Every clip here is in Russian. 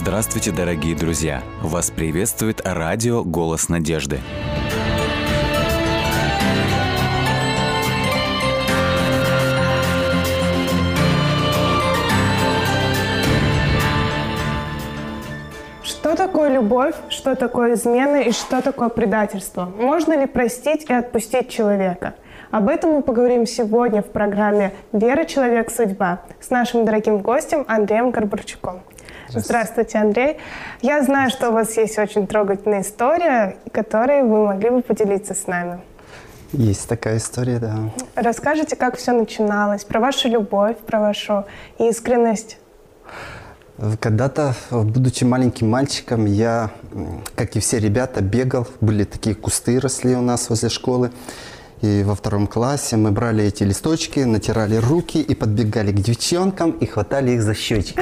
Здравствуйте, дорогие друзья! Вас приветствует радио «Голос надежды». Что такое любовь, что такое измена и что такое предательство? Можно ли простить и отпустить человека? Об этом мы поговорим сегодня в программе «Вера, человек, судьба» с нашим дорогим гостем Андреем Горбарчуком. Здравствуйте, Андрей. Я знаю, что у вас есть очень трогательная история, которой вы могли бы поделиться с нами. Есть такая история, да. Расскажите, как все начиналось, про вашу любовь, про вашу искренность. Когда-то, будучи маленьким мальчиком, я, как и все ребята, бегал. Были такие кусты, росли у нас возле школы. И во 2 классе мы брали эти листочки, натирали руки и подбегали к девчонкам и хватали их за щечки.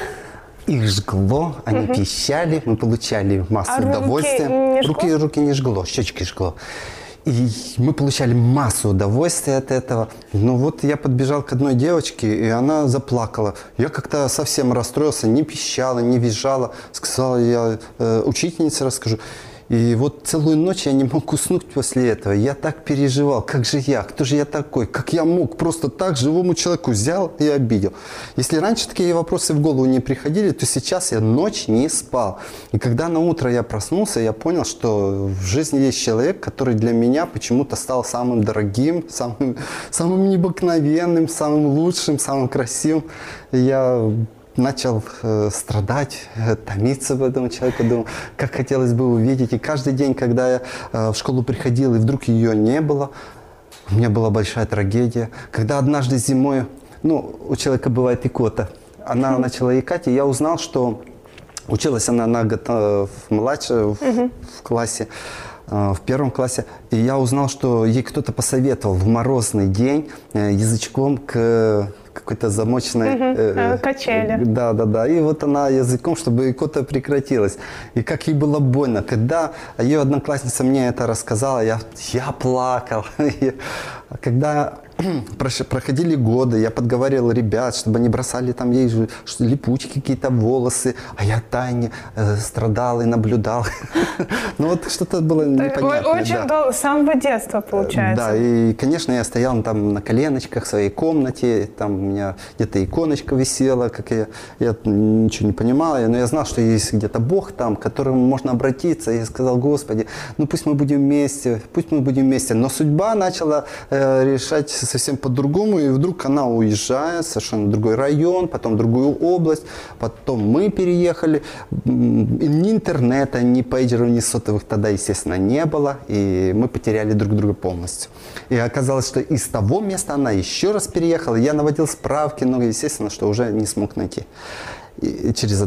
Их жгло, они пищали, мы получали массу удовольствия. Руки не жгло, щечки жгло. И мы получали массу удовольствия от этого. Но вот я подбежал к одной девочке, и она заплакала. Я как-то совсем расстроился, не пищала, не визжала. Сказала, я учительнице расскажу. И вот целую ночь я не мог уснуть после этого. Я так переживал, как же я, кто же я такой, как я мог просто так живому человеку взял и обидел. Если раньше такие вопросы в голову не приходили, то сейчас я ночь не спал. И когда на утро я проснулся, я понял, что в жизни есть человек, который для меня почему-то стал самым дорогим, самым необыкновенным, самым лучшим, самым красивым. И я начал страдать, томиться в этом человеке, думал, как хотелось бы увидеть. И каждый день, когда я в школу приходил, и вдруг ее не было, у меня была большая трагедия. Когда однажды зимой, у человека бывает икота, она начала икать, и я узнал, что училась она на год младше в классе, в 1 классе, и я узнал, что ей кто-то посоветовал в морозный день язычком к какой-то замочной... качели. Да. И вот она языком, чтобы икота прекратилась. И как ей было больно. Когда ее одноклассница мне это рассказала, я плакал. Когда проходили годы, я подговаривал ребят, чтобы они бросали там ей липучки какие-то, волосы, а я тайне страдал и наблюдал. Ну вот что-то было непонятное. Очень с самого детства, получается. Да, и, конечно, я стоял там на коленочках в своей комнате, там у меня где-то иконочка висела, как я ничего не понимал, но я знал, что есть где-то Бог там, к которому можно обратиться. И я сказал, Господи, пусть мы будем вместе. Но судьба начала решать совсем по-другому, и вдруг она уезжает в совершенно другой район, потом в другую область, потом мы переехали. Ни интернета, ни пейджеров, ни сотовых тогда, естественно, не было, и мы потеряли друг друга полностью. И оказалось, что из того места она еще раз переехала, я наводил справки, но, естественно, что уже не смог найти. И через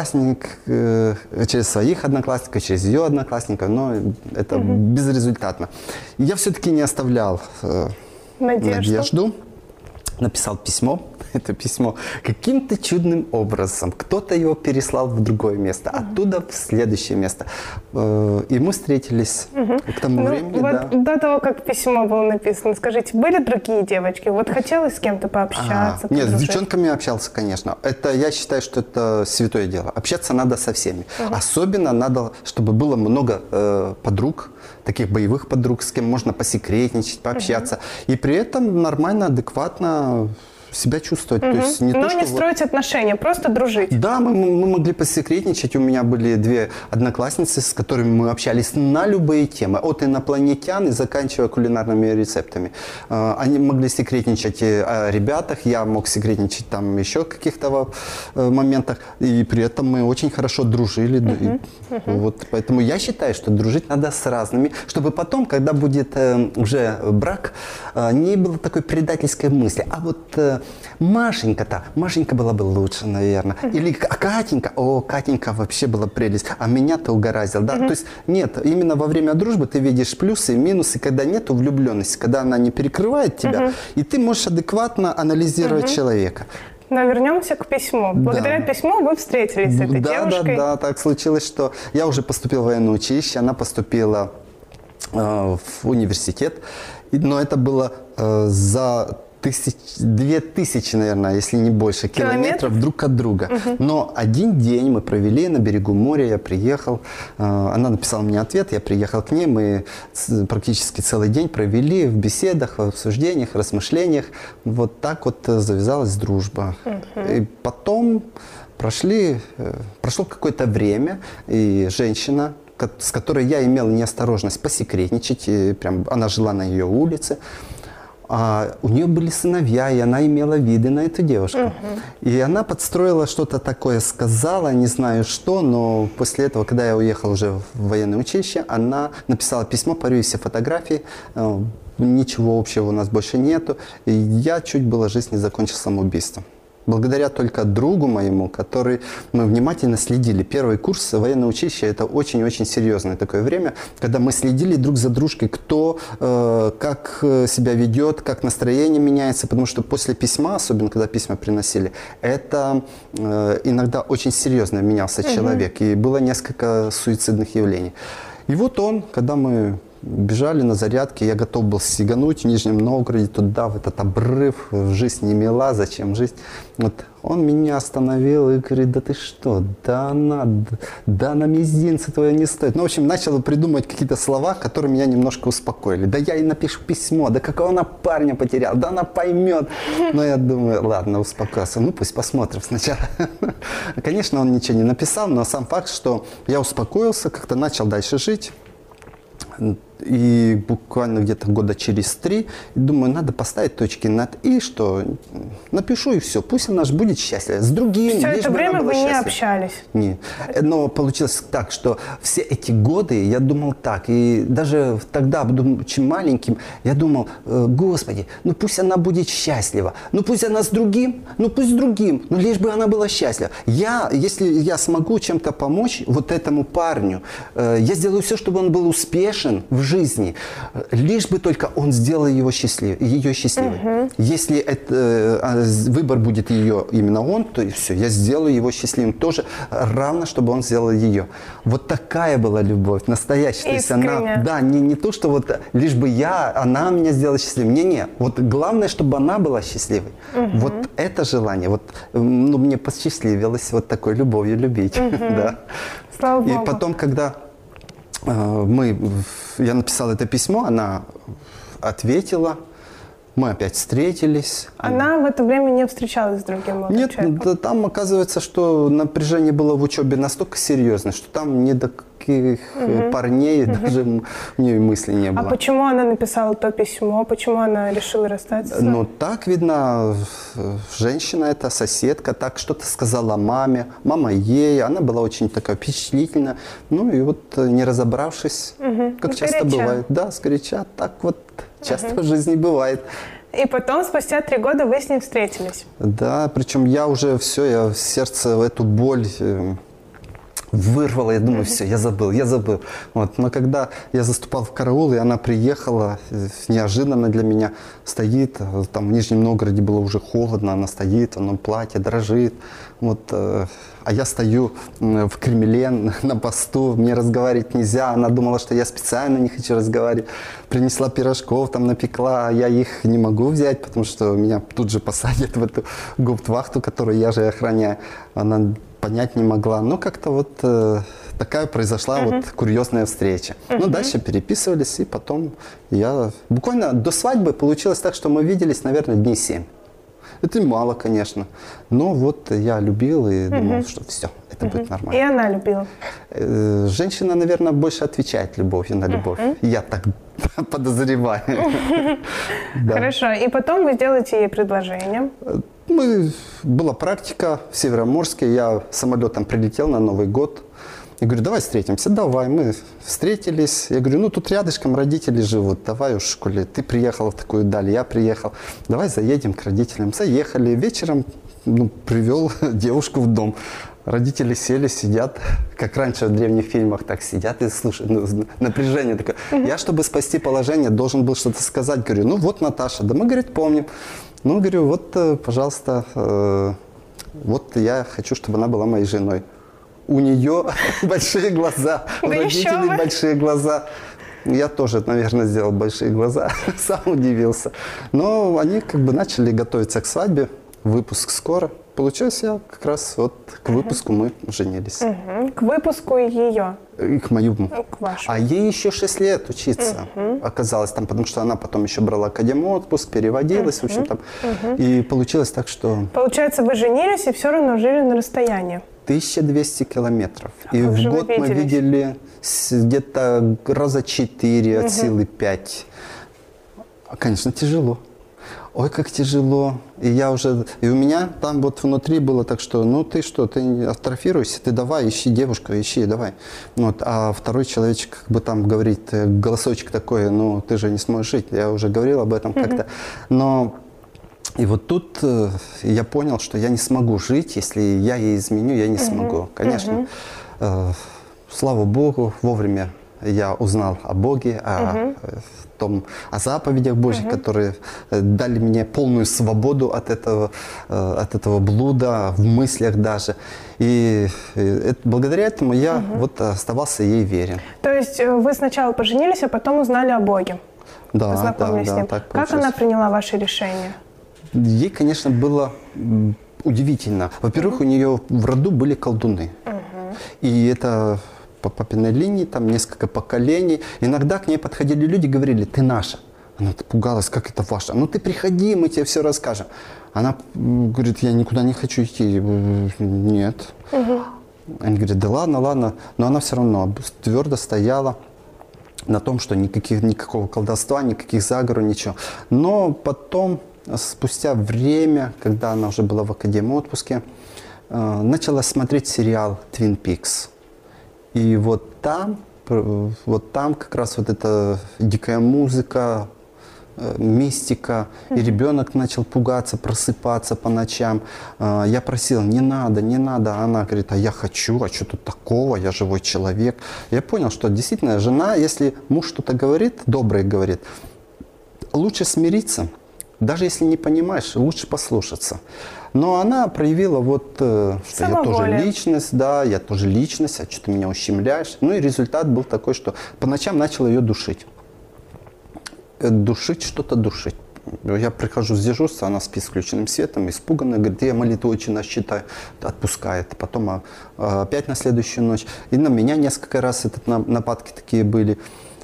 своих одноклассников, через ее одноклассников, но это безрезультатно. Я все-таки не оставлял надежду. Написал письмо. Это письмо каким-то чудным образом. Кто-то его переслал в другое место, оттуда в следующее место. И мы встретились к тому времени. До того, как письмо было написано, скажите, были другие девочки? Вот хотелось с кем-то пообщаться? Нет, с девчонками общался, конечно. Я считаю, что это святое дело. Общаться надо со всеми. Особенно надо, чтобы было много подруг, таких боевых подруг, с кем можно посекретничать, пообщаться. И при этом нормально, адекватно себя чувствовать. То есть не строить отношения, просто дружить. Да, мы могли посекретничать. У меня были 2 одноклассницы, с которыми мы общались на любые темы. От инопланетян и заканчивая кулинарными рецептами. Они могли секретничать о ребятах, я мог секретничать там еще в каких-то моментах. И при этом мы очень хорошо дружили. Вот, поэтому я считаю, что дружить надо с разными, чтобы потом, когда будет уже брак, не было такой предательской мысли. А вот Машенька была бы лучше, наверное. Или Катенька вообще была прелесть, а меня-то угораздил. Да? То есть нет, именно во время дружбы ты видишь плюсы и минусы, когда нету влюбленности, когда она не перекрывает тебя, и ты можешь адекватно анализировать человека. Но вернемся к письму. Благодаря письму вы встретились с этой девушкой. Да, так случилось, что я уже поступил в военное училище, она поступила в университет, но это было за 2000, наверное, если не больше, километров друг от друга. Но один день мы провели на берегу моря, я приехал, она написала мне ответ, я приехал к ней, мы практически целый день провели в беседах, в обсуждениях, размышлениях. Вот так вот завязалась дружба. И потом прошло какое-то время, и женщина, с которой я имел неосторожность посекретничать, и прям она жила на ее улице, а у нее были сыновья, и она имела виды на эту девушку. И она подстроила что-то такое, сказала, не знаю что, но после этого, когда я уехал уже в военное училище, она написала письмо, порой все фотографии, ничего общего у нас больше нету, и я чуть было жизнь не закончил самоубийством. Благодаря только другу моему, который мы внимательно следили. Первый курс военного училища – это очень-очень серьезное такое время, когда мы следили друг за дружкой, кто как себя ведет, как настроение меняется, потому что после письма, особенно когда письма приносили, это иногда очень серьезно менялся человек, и было несколько суицидных явлений. И вот он, когда мы бежали на зарядке, я готов был сигануть в Нижнем Новгороде туда, в этот обрыв, жизнь не мила, зачем жизнь. Вот он меня остановил и говорит: да ты что, да она мизинца твоя не стоит. Ну, в общем, начал придумывать какие-то слова, которые меня немножко успокоили. Да я ей напишу письмо, да какого она парня потеряла, да она поймет. Но я думаю, ладно, успокоился, ну пусть посмотрим сначала. Конечно, он ничего не написал, но сам факт, что я успокоился, как-то начал дальше жить. И буквально где-то года через 3, думаю, надо поставить точки над «и», что напишу и все, пусть она же будет счастлива. С другим, все это время вы не общались? Нет. Но получилось так, что все эти годы я думал так, и даже тогда, будучи маленьким, я думал: Господи, ну пусть она будет счастлива, ну пусть она с другим, ну пусть с другим, ну лишь бы она была счастлива. Если я смогу чем-то помочь вот этому парню, я сделаю все, чтобы он был успешен в жизни, лишь бы только он сделал ее счастливой. Если выбор будет ее именно он, то все, я сделаю его счастливым тоже, равно, чтобы он сделал ее. Вот такая была любовь, настоящая. То есть она, да, не то, что вот лишь бы она меня сделала счастливым. Не, вот главное, чтобы она была счастливой. Вот это желание, вот, ну, мне посчастливилось вот такой любовью любить. Да. Слава Богу. И потом, когда я написал это письмо, она ответила, мы опять встретились. Она в это время не встречалась с другим молодым человеком? Нет, там оказывается, что напряжение было в учебе настолько серьезное, что там ни до каких парней даже у нее мысли не было. А почему она написала то письмо? Почему она решила расстаться? Ну, так, видно, женщина эта, соседка, так что-то сказала маме, мама ей, она была очень такая впечатлительная. Ну, и вот не разобравшись, как часто бывает. Да, сгоряча, так вот часто в жизни бывает. И потом, спустя 3 года, вы с ней встретились? Да, причем я уже все, я в сердце в эту боль вырвала, я думаю, все, я забыл. Вот. Но когда я заступал в караул, и она приехала, неожиданно для меня, стоит, там в Нижнем Новгороде было уже холодно, она стоит, она платье дрожит, вот, а я стою в Кремле на посту, мне разговаривать нельзя, она думала, что я специально не хочу разговаривать, принесла пирожков, там напекла, а я их не могу взять, потому что меня тут же посадят в эту гауптвахту, которую я же охраняю. Она понять не могла. Но как-то вот такая произошла вот курьезная встреча. Ну, дальше переписывались, и потом буквально до свадьбы получилось так, что мы виделись, наверное, дней 7. Это мало, конечно. Но вот я любил и думал, что все, это будет нормально. И она любила? Женщина, наверное, больше отвечает любовью на любовь. Я так подозреваю. Хорошо. И потом вы сделаете ей предложение? Была практика в Североморске, я самолетом прилетел на Новый год. Я говорю, давай встретимся. Давай, мы встретились. Я говорю, ну тут рядышком родители живут, давай уж, коли ты приехала в такую даль, я приехал, давай заедем к родителям. Заехали, вечером привел девушку в дом. Родители сели, сидят, как раньше в древних фильмах так сидят и слушают, напряжение такое. Я, чтобы спасти положение, должен был что-то сказать. Говорю, ну вот Наташа, да мы, говорит, помним. Ну, говорю, вот, пожалуйста, вот я хочу, чтобы она была моей женой. У нее большие глаза, у родителей большие глаза. Я тоже, наверное, сделал большие глаза, сам удивился. Но они как бы начали готовиться к свадьбе, выпуск скоро. Получилось, я как раз вот к выпуску мы женились. К выпуску ее. И к моему. К вашему. А ей еще 6 лет учиться оказалось там, потому что она потом еще брала академию отпуск, переводилась, в общем там. И получилось так, что... Получается, вы женились и все равно жили на расстоянии. 1200 километров. И как в же вы год мы виделись? видели где-то раза 4, от силы 5. Конечно, тяжело. Ой, как тяжело. И у меня там вот внутри было так, что, ну ты что, ты не атрофируйся, ты давай, ищи девушку, ищи, давай. Вот, а второй человечек как бы там говорит, голосочек такой, ну ты же не сможешь жить. Я уже говорил об этом как-то. Но и вот тут я понял, что я не смогу жить, если я ей изменю, я не смогу. Конечно, слава Богу, вовремя я узнал о Боге, о заповедях Божьих, которые дали мне полную свободу от этого блуда, в мыслях даже. И благодаря этому я вот оставался ей верен. То есть вы сначала поженились, а потом узнали о Боге? Да, Познакомились с ним. так Как получилось. она приняла ваше решение? Ей, конечно, было удивительно. Во-первых, у нее в роду были колдуны. И это по папиной линии, там несколько поколений. Иногда к ней подходили люди, говорили, ты наша. Она пугалась, как это ваша? Ну ты приходи, мы тебе все расскажем. Она говорит, я никуда не хочу идти. Нет. Они говорят, да ладно, ладно. Но она все равно твердо стояла на том, что никакого колдовства, никаких заговоров, ничего. Но потом, спустя время, когда она уже была в академии отпуске, начала смотреть сериал «Твин Пикс». И вот там как раз вот эта дикая музыка, мистика, и ребенок начал пугаться, просыпаться по ночам. Я просил, не надо, не надо. Она говорит, а я хочу, а что тут такого, я живой человек. Я понял, что действительно жена, если муж что-то говорит, доброе говорит, лучше смириться. Даже если не понимаешь, лучше послушаться. Но она проявила что я тоже личность, да, я тоже личность, а что ты меня ущемляешь. Ну и результат был такой, что по ночам начал ее душить. Что-то душить. Я прихожу с дежурства, она спит с включенным светом, испуганная, говорит, я молитву очень считаю, отпускает. Потом опять на следующую ночь. И на меня несколько раз нападки такие были.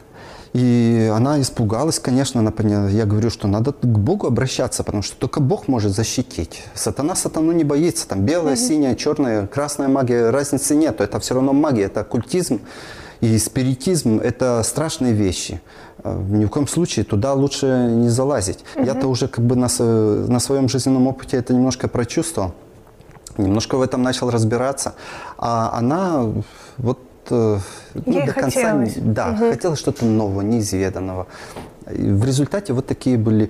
И она испугалась, конечно, она поняла. Я говорю, что надо к Богу обращаться, потому что только Бог может защитить. Сатана сатану не боится. Там белая, синяя, черная, красная магия, разницы нет. Это все равно магия, это оккультизм. И спиритизм – это страшные вещи. Ни в коем случае туда лучше не залазить. Я-то уже как бы на своем жизненном опыте это немножко прочувствовал. Немножко в этом начал разбираться. А она до конца хотелось что-то нового, неизведанного. И в результате вот такие были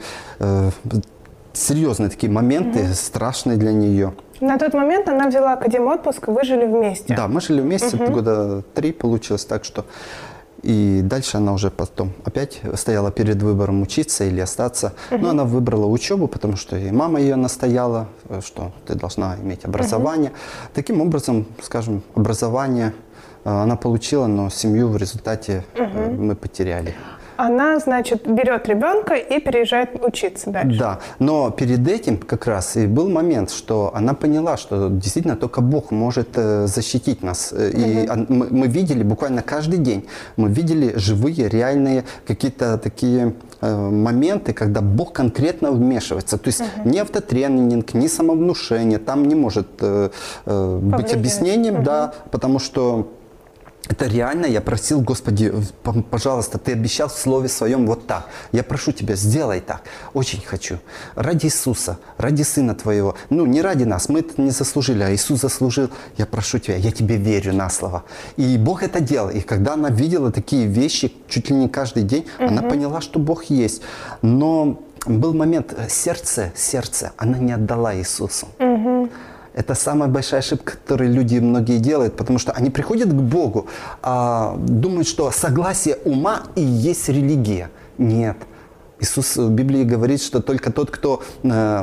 серьезные такие моменты, страшные для нее. На тот момент она взяла академию отпуск, вы жили вместе? Да, мы жили вместе, года 3 получилось так, что... И дальше она уже потом опять стояла перед выбором, учиться или остаться. Но она выбрала учебу, потому что и мама ее настояла, что ты должна иметь образование. Таким образом, скажем, образование она получила, но семью в результате мы потеряли. Она, значит, берет ребенка и переезжает учиться дальше. Да, но перед этим как раз и был момент, что она поняла, что действительно только Бог может защитить нас. И мы видели буквально каждый день, мы видели живые, реальные какие-то такие моменты, когда Бог конкретно вмешивается. То есть ни автотренинг, ни самовнушение там не может быть объяснением, да, потому что это реально, я просил, Господи, пожалуйста, Ты обещал в Слове Своем вот так. Я прошу Тебя, сделай так. Очень хочу. Ради Иисуса, ради Сына Твоего. Ну, не ради нас, мы это не заслужили, а Иисус заслужил. Я прошу Тебя, я Тебе верю на слово. И Бог это делал. И когда она видела такие вещи, чуть ли не каждый день, она поняла, что Бог есть. Но был момент, сердце, она не отдала Иисусу. Это самая большая ошибка, которую люди многие делают, потому что они приходят к Богу, думают, что согласие ума и есть религия. Нет. Иисус в Библии говорит, что только тот, кто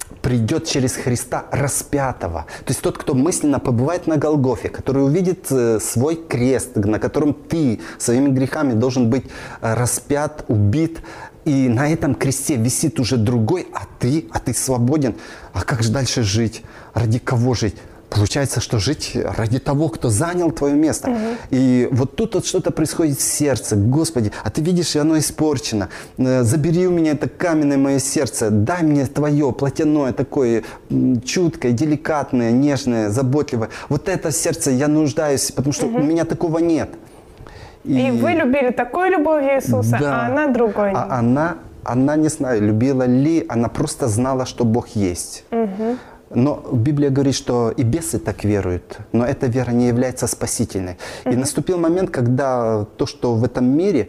придет через Христа распятого. То есть тот, кто мысленно побывает на Голгофе, который увидит свой крест, на котором ты своими грехами должен быть распят, убит, и на этом кресте висит уже другой, а ты свободен. А как же дальше жить? Ради кого жить? Получается, что жить ради того, кто занял твое место. И вот тут вот что-то происходит в сердце. Господи, а ты видишь, и оно испорчено. Забери у меня это каменное мое сердце. Дай мне твое плотяное, такое чуткое, деликатное, нежное, заботливое. Вот это сердце я нуждаюсь, потому что у меня такого нет. И вы любили такой любовью Иисуса, да, а она другой. А она не знаю, любила ли, она просто знала, что Бог есть. Но Библия говорит, что и бесы так веруют, но эта вера не является спасительной. И наступил момент, когда то, что в этом мире,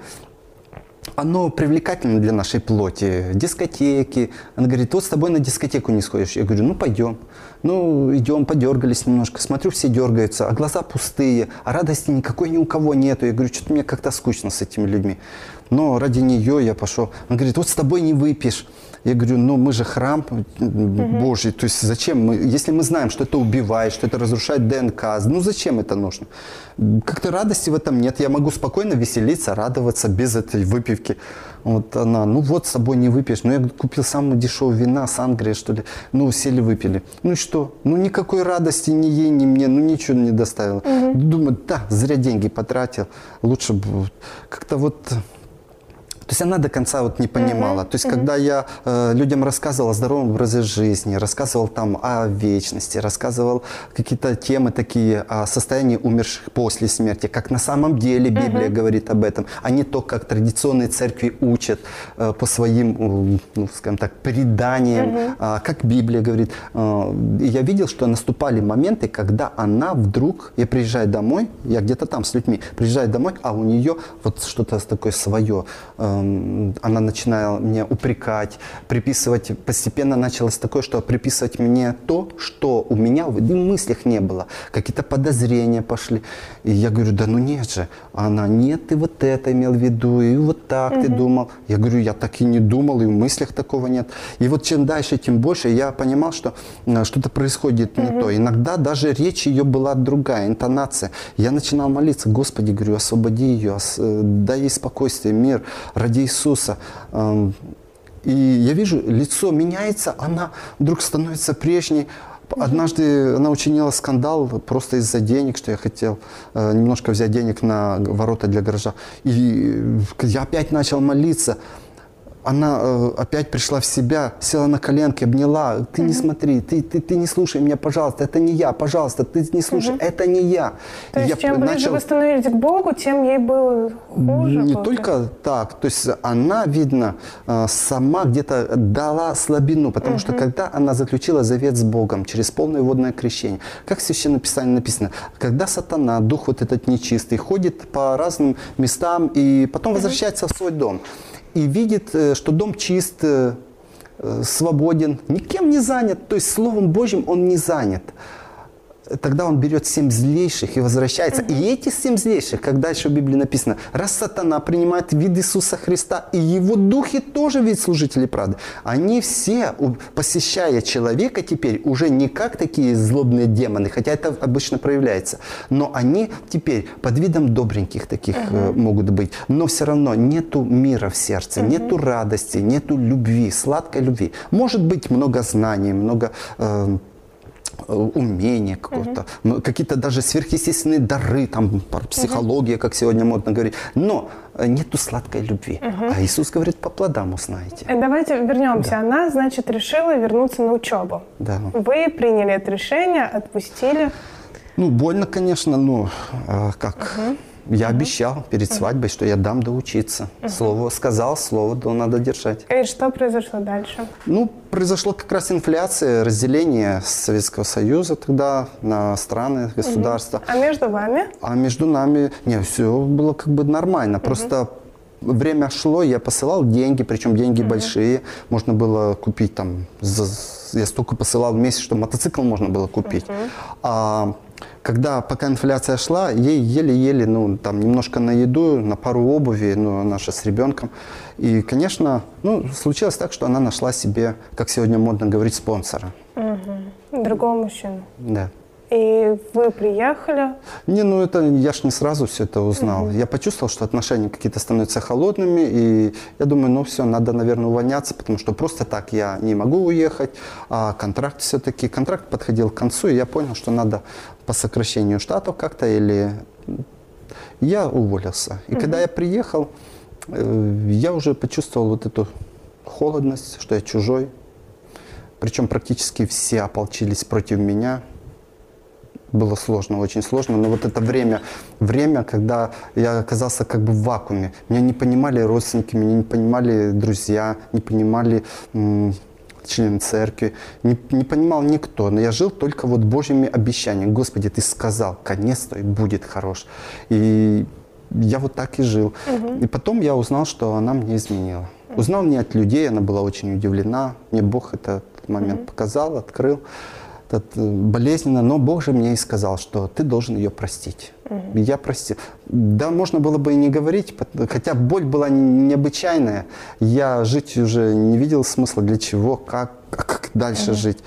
оно привлекательно для нашей плоти. Дискотеки. Она говорит, вот с тобой на дискотеку не сходишь. Я говорю, ну пойдем. Ну идем, подергались немножко. Смотрю, все дергаются, а глаза пустые, а радости никакой ни у кого нету. Я говорю, что-то мне как-то скучно с этими людьми. Но ради нее я пошел. Она говорит, вот с тобой не выпьешь. Я говорю, ну мы же храм Божий, то есть зачем мы, если мы знаем, что это убивает, что это разрушает ДНК, ну зачем это нужно? Как-то радости в этом нет, я могу спокойно веселиться, радоваться без этой выпивки. Вот она, ну вот с собой не выпьешь, ну я купил самую дешевую вина, Сангрия что ли, ну сели выпили. Ну и что? Ну никакой радости ни ей, ни мне, ну ничего не доставило. Думаю, да, зря деньги потратил, лучше бы как-то вот... То есть она до конца вот не понимала. То есть когда я людям рассказывал о здоровом образе жизни, рассказывал там о вечности, рассказывал какие-то темы такие о состоянии умерших после смерти, как на самом деле Библия говорит об этом, а не то, как традиционные церкви учат по своим, ну, скажем так, преданиям, как Библия говорит. И я видел, что наступали моменты, когда она вдруг, я приезжаю домой, я где-то там с людьми, приезжаю домой, а у нее вот что-то такое свое. Она начинала меня упрекать, приписывать, постепенно началось такое, что приписывать мне то, что у меня в мыслях не было. Какие-то подозрения пошли. И я говорю, да ну нет же. А она, нет, ты вот это имел в виду, и вот так ты думал. Я говорю, я так и не думал, и в мыслях такого нет. И вот чем дальше, тем больше я понимал, что что-то происходит не то. Иногда даже речь ее была другая, интонация. Я начинал молиться, Господи, говорю, освободи ее, дай ей спокойствие, мир, ради Иисуса. И я вижу, лицо меняется, она вдруг становится прежней. Однажды она учинила скандал просто из-за денег, что я хотел немножко взять денег на ворота для гаража. И я опять начал молиться. Она опять пришла в себя, села на коленки, обняла. Ты не смотри, ты не слушай меня, пожалуйста, это не я, пожалуйста, ты не слушай, это не я. То есть чем ближе вы становились к Богу, тем ей было хуже? Не только так, то есть она, видно, сама где-то дала слабину, потому что когда она заключила завет с Богом через полное водное крещение, как в Священном Писании написано, когда сатана, дух вот этот нечистый, ходит по разным местам и потом возвращается в свой дом, и видит, что дом чист, свободен, никем не занят, то есть Словом Божьим он не занят. Тогда он берет 7 злейших и возвращается. И эти 7 злейших, как дальше в Библии написано, раз сатана принимает вид Иисуса Христа, и его духи тоже вид служителей правды, они все, посещая человека теперь, уже не как такие злобные демоны, хотя это обычно проявляется, но они теперь под видом добреньких таких могут быть, но все равно нету мира в сердце, нету радости, нету любви, сладкой любви. Может быть много знаний, много... умения какого-то, какие-то даже сверхъестественные дары, там, психология, как сегодня модно говорить, но нету сладкой любви. А Иисус говорит, по плодам узнаете. Давайте вернемся. Да. Она, значит, решила вернуться на учебу. Да. Вы приняли это решение, отпустили. Ну, больно, конечно, но как... Я обещал перед свадьбой, что я дам доучиться. Слово сказал, слово надо держать. И что произошло дальше? Ну, произошла как раз инфляция, разделение Советского Союза тогда на страны, государства. А между вами? А между нами, не, все было как бы нормально. Просто время шло, я посылал деньги, причем деньги большие. Можно было купить там, я столько посылал в месяц, что мотоцикл можно было купить. Когда пока инфляция шла, ей еле-еле, ну, там, немножко на еду, на пару обуви, ну, она же с ребенком. И, конечно, ну, случилось так, что она нашла себе, как сегодня модно говорить, спонсора. Другого мужчину. Да. И вы приехали? Не, ну это я ж не сразу все это узнал. Я почувствовал, что отношения какие-то становятся холодными, и я думаю, ну все, надо, наверное, увольняться, потому что просто так я не могу уехать, а контракт все-таки, контракт подходил к концу, и я понял, что надо по сокращению штатов как-то, или я уволился. И когда я приехал, я уже почувствовал вот эту холодность, что я чужой, причем практически все ополчились против меня. Было сложно, очень сложно, но вот это время, когда я оказался как бы в вакууме. Меня не понимали родственники, меня не понимали друзья, не понимали члены церкви, не понимал никто. Но я жил только вот Божьими обещаниями. Господи, Ты сказал, конец-то будет хорош. И я вот так и жил. И потом я узнал, что она мне изменила. Узнал не от людей, она была очень удивлена. Мне Бог этот момент показал, открыл. Болезненно, но Бог же мне и сказал, что ты должен ее простить. Я простил. Да, можно было бы и не говорить, хотя боль была необычайная. Я жить уже не видел смысла, для чего, как дальше жить.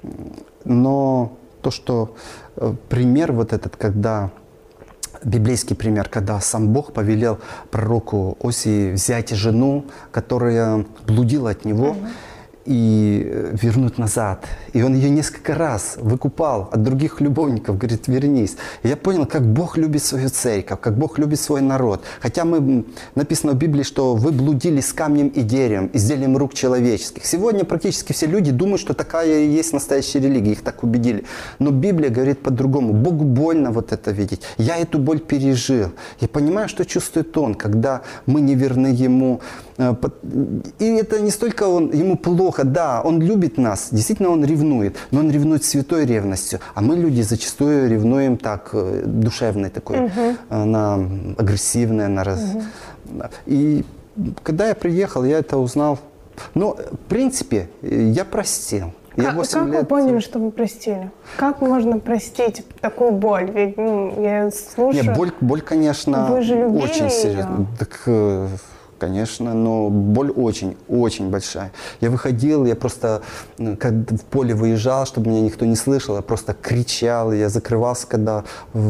Но то, что пример вот этот, когда библейский пример, когда сам Бог повелел пророку Осии взять жену, которая блудила от него, и вернуть назад. И он ее несколько раз выкупал от других любовников, говорит, вернись. И я понял, как Бог любит свою церковь, как Бог любит свой народ. Хотя написано в Библии, что вы блудили с камнем и деревом, изделием рук человеческих. Сегодня практически все люди думают, что такая и есть настоящая религия, их так убедили. Но Библия говорит по-другому. Богу больно вот это видеть. Я эту боль пережил. Я понимаю, что чувствует Он, когда мы не верны Ему. И это не столько ему плохо, да, он любит нас, действительно он ревнует, но он ревнует святой ревностью, а мы, люди, зачастую ревнуем так, душевной такой, она агрессивная, И когда я приехал, я это узнал. Но, в принципе, я простил. Как вы поняли, что вы простили? Как можно простить такую боль? Ведь, я слушаю... Нет, боль, конечно, вы же любили очень серьезная. Конечно, но боль очень большая. Я выходил, я просто в поле выезжал, чтобы меня никто не слышал, я просто кричал, я закрывался, когда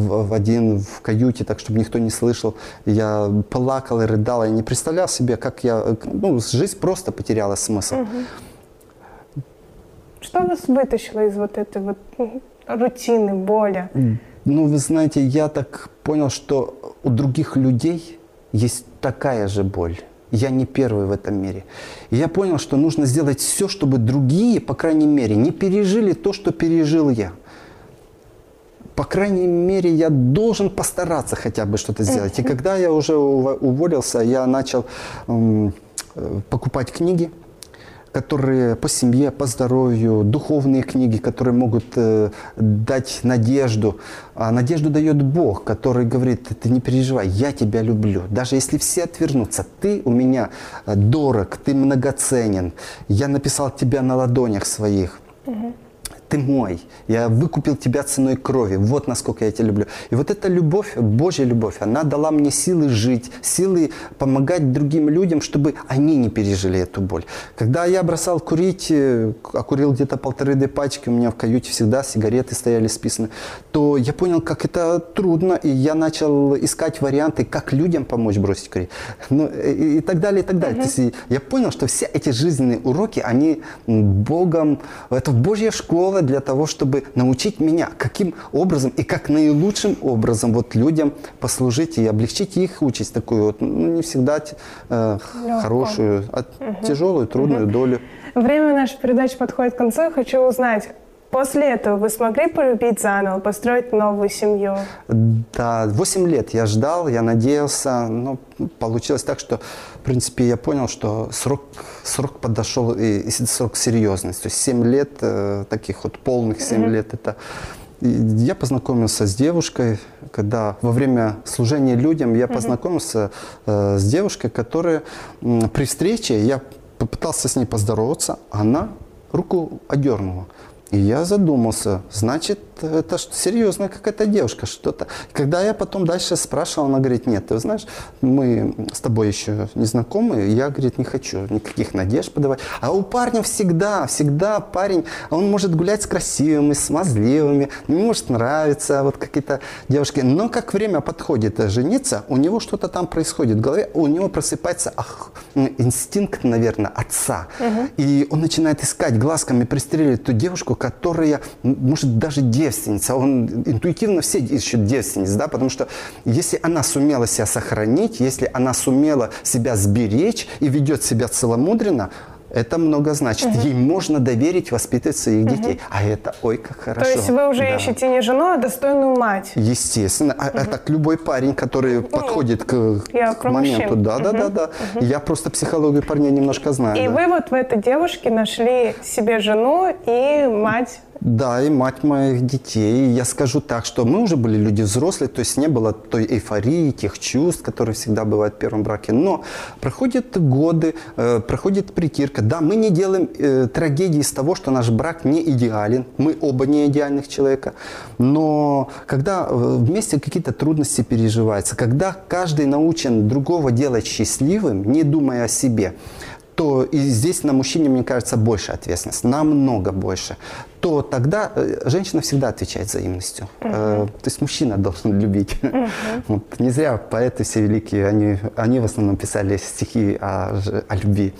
в каюте, так, чтобы никто не слышал. Я плакал и рыдал, я не представлял себе, как жизнь просто потеряла смысл. Что вас вытащило из вот этой вот рутины, боли? Ну, вы знаете, я так понял, что у других людей есть такая же боль. Я не первый в этом мире. И я понял, что нужно сделать все, чтобы другие, по крайней мере, не пережили то, что пережил я. По крайней мере, я должен постараться хотя бы что-то сделать. И когда я уже уволился, я начал покупать книги, которые по семье, по здоровью, духовные книги, которые могут дать надежду. А надежду дает Бог, который говорит, ты не переживай, я тебя люблю. Даже если все отвернутся, ты у меня дорог, ты многоценен. Я написал тебя на ладонях своих. Ты мой, я выкупил тебя ценой крови, вот насколько я тебя люблю. И вот эта любовь, Божья любовь, она дала мне силы жить, силы помогать другим людям, чтобы они не пережили эту боль. Когда я бросал курить, курил где-то 1,5-2 пачки, у меня в каюте всегда сигареты стояли списаны, то я понял, как это трудно, и я начал искать варианты, как людям помочь бросить курить. Ну, и так далее, и так далее. То есть я понял, что все эти жизненные уроки, они Богом, это Божья школа, для того, чтобы научить меня, каким образом и как наилучшим образом вот людям послужить и облегчить их участь такую вот, не всегда хорошую, а тяжелую, трудную долю. Время нашей передачи подходит к концу. Я хочу узнать, после этого вы смогли полюбить заново, построить новую семью? Да, 8 лет я ждал, я надеялся, но получилось так, что, в принципе, я понял, что срок подошел, и срок серьезности. То есть 7 лет, таких вот полных 7 лет, это... Я познакомился с девушкой, когда во время служения людям я познакомился с девушкой, которая при встрече, я попытался с ней поздороваться, она руку отдернула. И я задумался, значит, это серьезная какая-то девушка, что-то. Когда я потом дальше спрашивал, она говорит, нет, ты знаешь, мы с тобой еще не знакомы, я, говорит, не хочу никаких надежд подавать. А у парня всегда парень, он может гулять с красивыми, смазливыми, ему может нравиться вот какие-то девушки. Но как время подходит жениться, у него что-то там происходит в голове, у него просыпается инстинкт, наверное, отца. И он начинает искать, глазками пристреливать ту девушку, которая, может, даже девственница. Он интуитивно все ищут девственниц, да, потому что если она сумела себя сохранить, если она сумела себя сберечь и ведет себя целомудренно, это много значит. Ей можно доверить воспитывать своих детей. А это, ой, как хорошо. То есть вы уже ищете не жену, а достойную мать. Естественно. А так любой парень, который подходит к моменту. Да. Я просто психологию парней немножко знаю. И вы вот в этой девушке нашли себе жену и мать. Да, и мать моих детей. Я скажу так, что мы уже были люди взрослые, то есть не было той эйфории, тех чувств, которые всегда бывают в первом браке. Но проходят годы, проходит притирка. Да, мы не делаем трагедии из того, что наш брак не идеален. Мы оба не идеальных человека. Но когда вместе какие-то трудности переживаются, когда каждый научен другого делать счастливым, не думая о себе, то и здесь на мужчине, мне кажется, больше ответственность, намного больше, то тогда женщина всегда отвечает взаимностью. То есть мужчина должен любить. Вот, не зря поэты все великие, они в основном писали стихи о любви.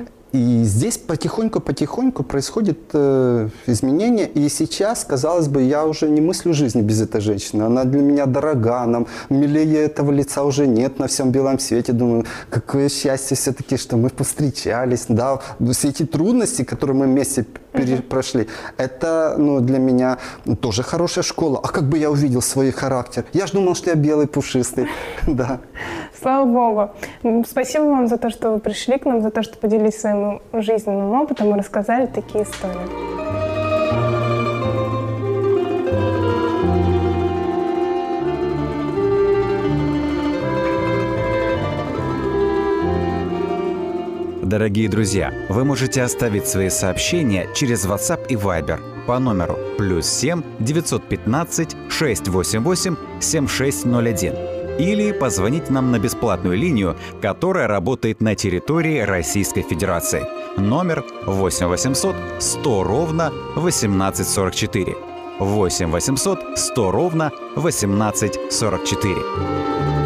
И здесь потихоньку происходит изменение. И сейчас, казалось бы, я уже не мыслю жизни без этой женщины. Она для меня дорога, нам милее этого лица уже нет на всем белом свете. Думаю, какое счастье все-таки, что мы повстречались. Да, все эти трудности, которые мы вместе прошли, это для меня тоже хорошая школа. А как бы я увидел свой характер? Я же думал, что я белый, пушистый. Да. Слава Богу. Спасибо вам за то, что вы пришли к нам, за то, что поделились своим жизненным опытом и рассказали такие истории. Дорогие друзья, вы можете оставить свои сообщения через WhatsApp и Viber по номеру +7 915 688 7601 или позвонить нам на бесплатную линию, которая работает на территории Российской Федерации. Номер 8 800 100 ровно 1844. 8 800 100 ровно 1844.